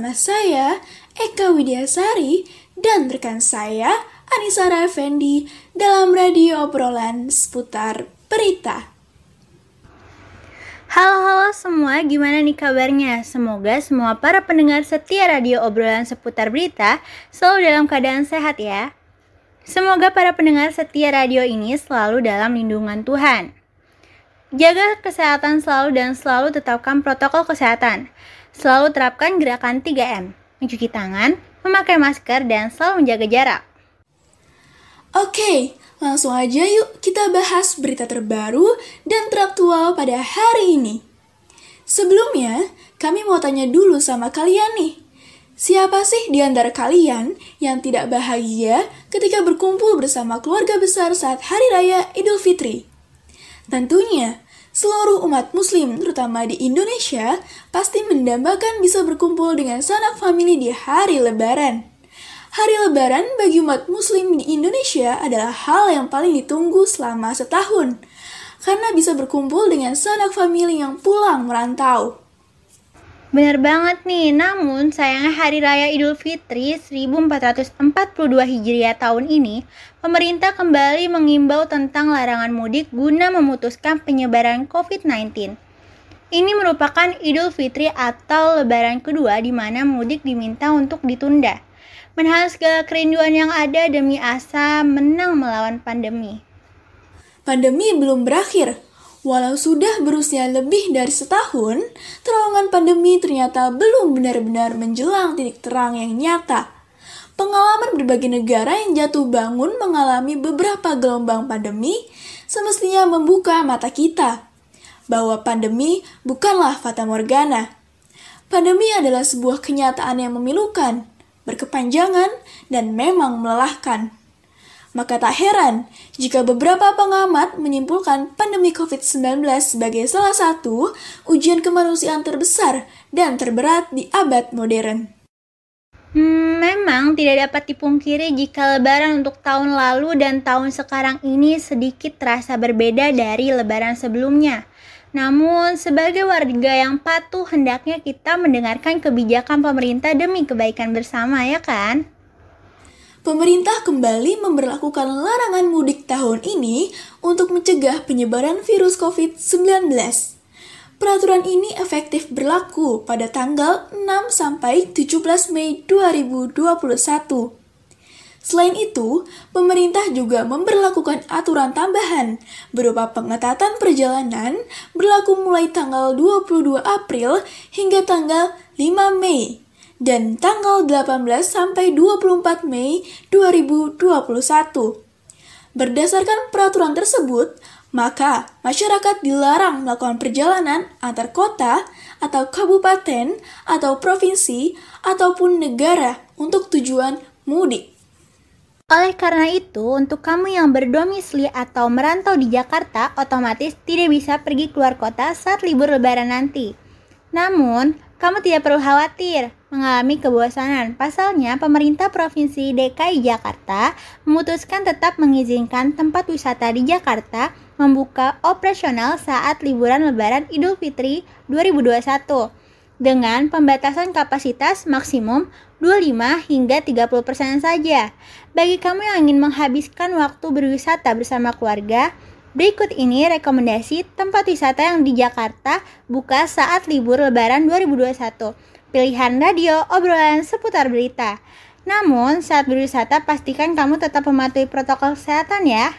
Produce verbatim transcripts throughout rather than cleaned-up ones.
bersama saya, Eka Widyasari, dan rekan saya, Anisara Effendi, dalam radio obrolan seputar berita. Halo-halo semua, gimana nih kabarnya? Semoga semua para pendengar setia radio obrolan seputar berita selalu dalam keadaan sehat ya. Semoga para pendengar setia radio ini selalu dalam lindungan Tuhan. Jaga kesehatan selalu dan selalu tetapkan protokol kesehatan. Selalu terapkan gerakan tiga M, mencuci tangan, memakai masker, dan selalu menjaga jarak. Oke, langsung aja yuk kita bahas berita terbaru dan teraktual pada hari ini. Sebelumnya, kami mau tanya dulu sama kalian nih. Siapa sih di antara kalian yang tidak bahagia ketika berkumpul bersama keluarga besar saat Hari Raya Idul Fitri? Tentunya, seluruh umat muslim terutama di Indonesia pasti mendambakan bisa berkumpul dengan sanak famili di hari lebaran. Hari lebaran bagi umat muslim di Indonesia adalah hal yang paling ditunggu selama setahun, karena bisa berkumpul dengan sanak famili yang pulang merantau. Bener banget nih, namun sayangnya Hari Raya Idul Fitri seribu empat ratus empat puluh dua Hijriah tahun ini, pemerintah kembali mengimbau tentang larangan mudik guna memutuskan penyebaran covid sembilan belas. Ini merupakan Idul Fitri atau Lebaran kedua di mana mudik diminta untuk ditunda. Menahan segala kerinduan yang ada demi asa menang melawan pandemi. Pandemi belum berakhir. Walau sudah berusia lebih dari setahun, terowongan pandemi ternyata belum benar-benar menjelang titik terang yang nyata. Pengalaman berbagai negara yang jatuh bangun mengalami beberapa gelombang pandemi semestinya membuka mata kita bahwa pandemi bukanlah fata morgana. Pandemi adalah sebuah kenyataan yang memilukan, berkepanjangan, dan memang melelahkan. Maka tak heran jika beberapa pengamat menyimpulkan pandemi covid sembilan belas sebagai salah satu ujian kemanusiaan terbesar dan terberat di abad modern. Hmm, memang tidak dapat dipungkiri jika lebaran untuk tahun lalu dan tahun sekarang ini sedikit terasa berbeda dari lebaran sebelumnya. Namun, sebagai warga yang patuh hendaknya kita mendengarkan kebijakan pemerintah demi kebaikan bersama, ya kan? Pemerintah kembali memberlakukan larangan mudik tahun ini untuk mencegah penyebaran virus covid sembilan belas. Peraturan ini efektif berlaku pada tanggal enam sampai tujuh belas Mei dua ribu dua puluh satu. Selain itu, pemerintah juga memberlakukan aturan tambahan berupa pengetatan perjalanan berlaku mulai tanggal dua puluh dua April hingga tanggal lima Mei. Dan tanggal delapan belas sampai dua puluh empat Mei dua ribu dua puluh satu. Berdasarkan peraturan tersebut, maka masyarakat dilarang melakukan perjalanan antar kota atau kabupaten atau provinsi ataupun negara untuk tujuan mudik. Oleh karena itu, untuk kamu yang berdomisili atau merantau di Jakarta, otomatis tidak bisa pergi keluar kota saat libur lebaran nanti. Namun, kamu tidak perlu khawatir mengalami kebosanan. Pasalnya, pemerintah Provinsi D K I Jakarta memutuskan tetap mengizinkan tempat wisata di Jakarta membuka operasional saat liburan Lebaran Idul Fitri dua ribu dua puluh satu dengan pembatasan kapasitas maksimum dua puluh lima hingga tiga puluh persen saja. Bagi kamu yang ingin menghabiskan waktu berwisata bersama keluarga, berikut ini rekomendasi tempat wisata yang di Jakarta buka saat libur Lebaran dua ribu dua puluh satu. Pilihan radio obrolan seputar berita. Namun, saat berwisata pastikan kamu tetap mematuhi protokol kesehatan ya.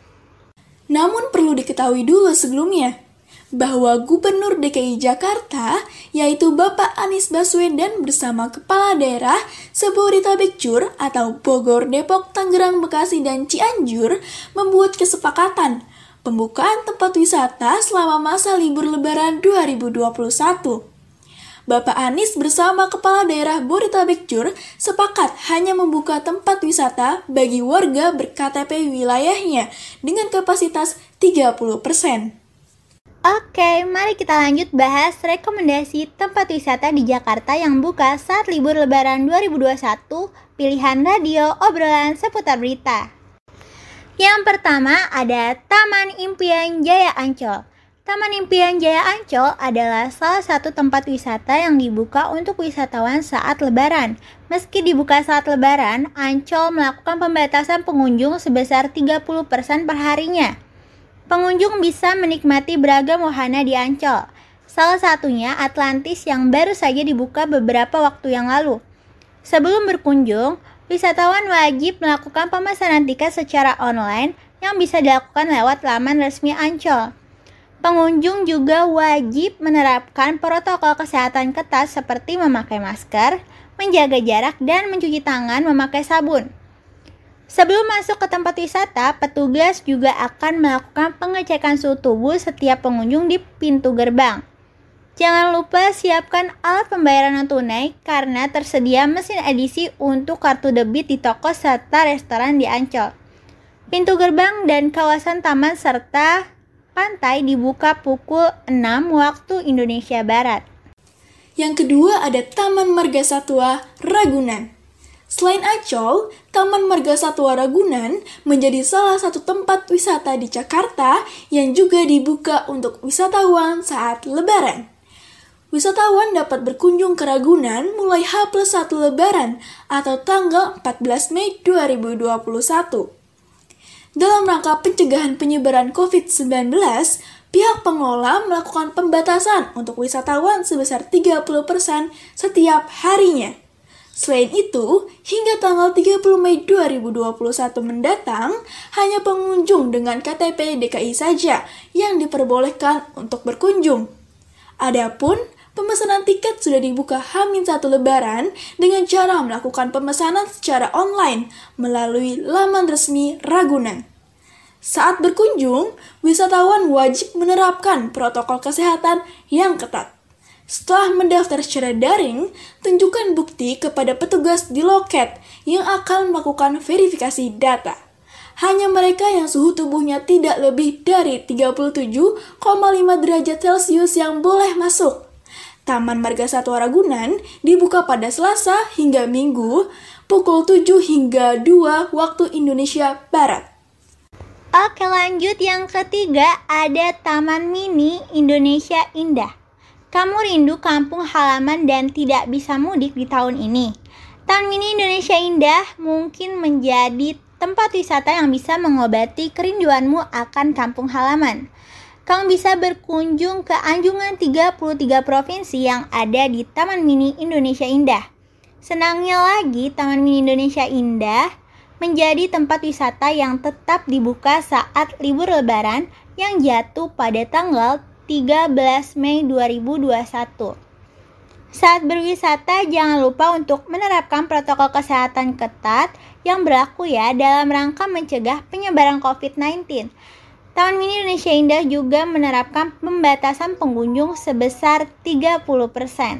Namun perlu diketahui dulu sebelumnya, bahwa Gubernur D K I Jakarta, yaitu Bapak Anies Baswedan bersama Kepala Daerah Sebodetabekjur atau Bogor, Depok, Tangerang, Bekasi, dan Cianjur membuat kesepakatan pembukaan tempat wisata selama masa libur Lebaran dua ribu dua puluh satu. Bapak Anies bersama Kepala Daerah Bodetabekjur sepakat hanya membuka tempat wisata bagi warga ber-K T P wilayahnya dengan kapasitas tiga puluh persen. Oke, mari kita lanjut bahas rekomendasi tempat wisata di Jakarta yang buka saat libur Lebaran dua ribu dua puluh satu, pilihan radio obrolan seputar berita. Yang pertama ada Taman Impian Jaya Ancol. Taman Impian Jaya Ancol adalah salah satu tempat wisata yang dibuka untuk wisatawan saat Lebaran. Meski dibuka saat Lebaran, Ancol melakukan pembatasan pengunjung sebesar tiga puluh persen per harinya. Pengunjung bisa menikmati beragam wahana di Ancol. Salah satunya Atlantis yang baru saja dibuka beberapa waktu yang lalu. Sebelum berkunjung, wisatawan wajib melakukan pemesanan tiket secara online yang bisa dilakukan lewat laman resmi Ancol. Pengunjung juga wajib menerapkan protokol kesehatan ketat seperti memakai masker, menjaga jarak, dan mencuci tangan memakai sabun. Sebelum masuk ke tempat wisata, petugas juga akan melakukan pengecekan suhu tubuh setiap pengunjung di pintu gerbang. Jangan lupa siapkan alat pembayaran non-tunai karena tersedia mesin edisi untuk kartu debit di toko serta restoran di Ancol. Pintu gerbang dan kawasan taman serta pantai dibuka pukul enam waktu Indonesia Barat. Yang kedua ada Taman Marga Satwa Ragunan. Selain Ancol, Taman Marga Satwa Ragunan menjadi salah satu tempat wisata di Jakarta yang juga dibuka untuk wisatawan saat Lebaran. Wisatawan dapat berkunjung ke Ragunan mulai H plus satu Lebaran atau tanggal empat belas Mei dua ribu dua puluh satu. Dalam rangka pencegahan penyebaran covid sembilan belas, pihak pengelola melakukan pembatasan untuk wisatawan sebesar tiga puluh persen setiap harinya. Selain itu, hingga tanggal tiga puluh Mei dua ribu dua puluh satu mendatang, hanya pengunjung dengan K T P D K I saja yang diperbolehkan untuk berkunjung. Adapun pemesanan tiket sudah dibuka H minus satu Lebaran dengan cara melakukan pemesanan secara online melalui laman resmi Ragunan. Saat berkunjung, wisatawan wajib menerapkan protokol kesehatan yang ketat. Setelah mendaftar secara daring, tunjukkan bukti kepada petugas di loket yang akan melakukan verifikasi data. Hanya mereka yang suhu tubuhnya tidak lebih dari tiga puluh tujuh koma lima derajat Celcius yang boleh masuk. Taman Marga Satwa Ragunan dibuka pada Selasa hingga Minggu pukul tujuh hingga dua waktu Indonesia Barat. Oke, lanjut yang ketiga ada Taman Mini Indonesia Indah. Kamu rindu kampung halaman dan tidak bisa mudik di tahun ini? Taman Mini Indonesia Indah mungkin menjadi tempat wisata yang bisa mengobati kerinduanmu akan kampung halaman. Kamu bisa berkunjung ke anjungan tiga puluh tiga provinsi yang ada di Taman Mini Indonesia Indah. Senangnya lagi, Taman Mini Indonesia Indah menjadi tempat wisata yang tetap dibuka saat libur Lebaran yang jatuh pada tanggal tiga belas Mei dua ribu dua puluh satu. Saat berwisata, jangan lupa untuk menerapkan protokol kesehatan ketat yang berlaku ya dalam rangka mencegah penyebaran covid sembilan belas. Taman Mini Indonesia Indah juga menerapkan pembatasan pengunjung sebesar tiga puluh persen.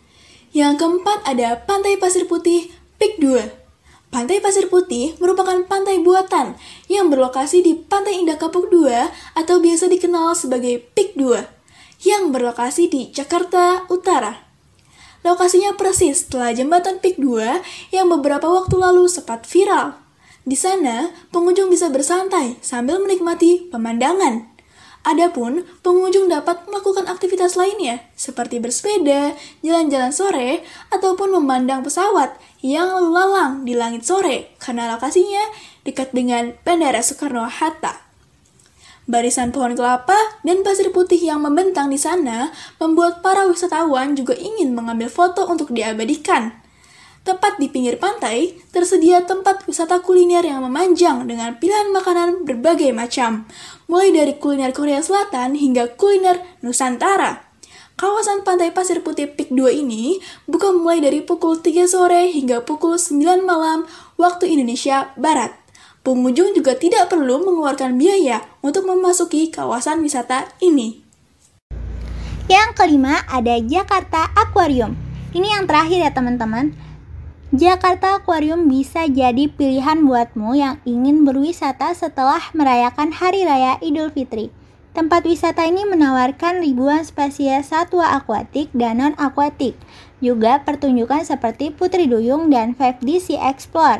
Yang keempat ada Pantai Pasir Putih Pik dua. Pantai Pasir Putih merupakan pantai buatan yang berlokasi di Pantai Indah Kapuk dua atau biasa dikenal sebagai Pik dua yang berlokasi di Jakarta Utara. Lokasinya persis setelah jembatan Pik dua yang beberapa waktu lalu sempat viral. Di sana, pengunjung bisa bersantai sambil menikmati pemandangan. Adapun, pengunjung dapat melakukan aktivitas lainnya seperti bersepeda, jalan-jalan sore, ataupun memandang pesawat yang lalu lalang di langit sore karena lokasinya dekat dengan Bandara Soekarno-Hatta. Barisan pohon kelapa dan pasir putih yang membentang di sana membuat para wisatawan juga ingin mengambil foto untuk diabadikan. Tepat di pinggir pantai, tersedia tempat wisata kuliner yang memanjang dengan pilihan makanan berbagai macam, mulai dari kuliner Korea Selatan hingga kuliner Nusantara. Kawasan Pantai Pasir Putih Pik dua ini buka mulai dari pukul tiga sore hingga pukul sembilan malam waktu Indonesia Barat. Pengunjung juga tidak perlu mengeluarkan biaya untuk memasuki kawasan wisata ini. Yang kelima ada Jakarta Aquarium. Ini yang terakhir ya teman-teman. Jakarta Aquarium bisa jadi pilihan buatmu yang ingin berwisata setelah merayakan Hari Raya Idul Fitri. Tempat wisata ini menawarkan ribuan spesies satwa akuatik dan non-akuatik, juga pertunjukan seperti Putri Duyung dan lima D Sea Explore.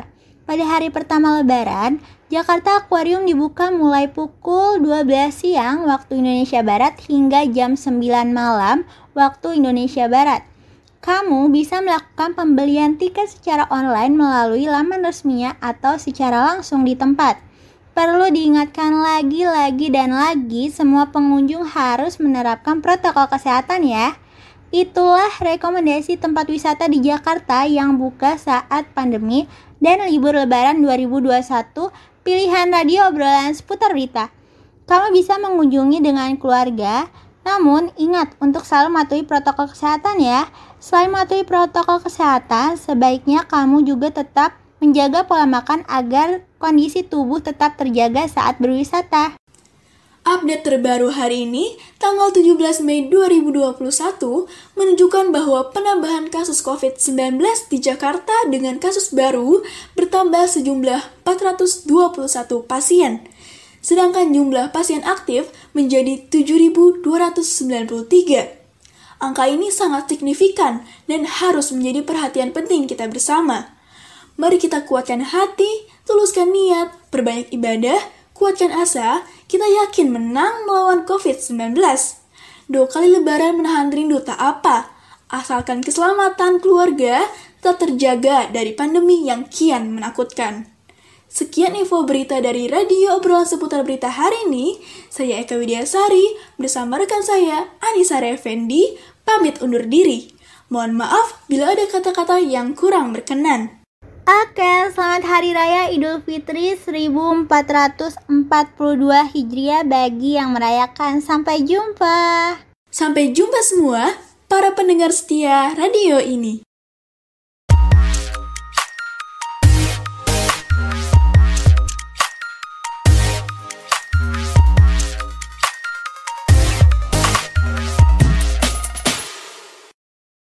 Pada hari pertama Lebaran, Jakarta Aquarium dibuka mulai pukul dua belas siang waktu Indonesia Barat hingga jam sembilan malam waktu Indonesia Barat. Kamu bisa melakukan pembelian tiket secara online melalui laman resminya atau secara langsung di tempat. Perlu diingatkan lagi, lagi, dan lagi, semua pengunjung harus menerapkan protokol kesehatan ya. Itulah rekomendasi tempat wisata di Jakarta yang buka saat pandemi dan libur Lebaran dua ribu dua puluh satu. Pilihan radio obrolan seputar berita. Kamu bisa mengunjungi dengan keluarga, namun ingat untuk selalu mematuhi protokol kesehatan ya. Selain mematuhi protokol kesehatan, sebaiknya kamu juga tetap menjaga pola makan agar kondisi tubuh tetap terjaga saat berwisata. Update terbaru hari ini, tanggal tujuh belas Mei dua ribu dua puluh satu, menunjukkan bahwa penambahan kasus covid sembilan belas di Jakarta dengan kasus baru bertambah sejumlah empat ratus dua puluh satu pasien. Sedangkan jumlah pasien aktif menjadi tujuh ribu dua ratus sembilan puluh tiga. Angka ini sangat signifikan dan harus menjadi perhatian penting kita bersama. Mari kita kuatkan hati, tuluskan niat, perbanyak ibadah, kuatkan asa, kita yakin menang melawan covid sembilan belas. Dua kali lebaran menahan rindu tak apa, asalkan keselamatan keluarga tetap terjaga dari pandemi yang kian menakutkan. Sekian info berita dari Radio Obrolan Seputar Berita hari ini. Saya Eka Widiasari bersama rekan saya Anissa Effendi pamit undur diri. Mohon maaf bila ada kata-kata yang kurang berkenan. Oke, selamat Hari Raya Idul Fitri seribu empat ratus empat puluh dua Hijriah bagi yang merayakan. Sampai jumpa. Sampai jumpa semua para pendengar setia radio ini.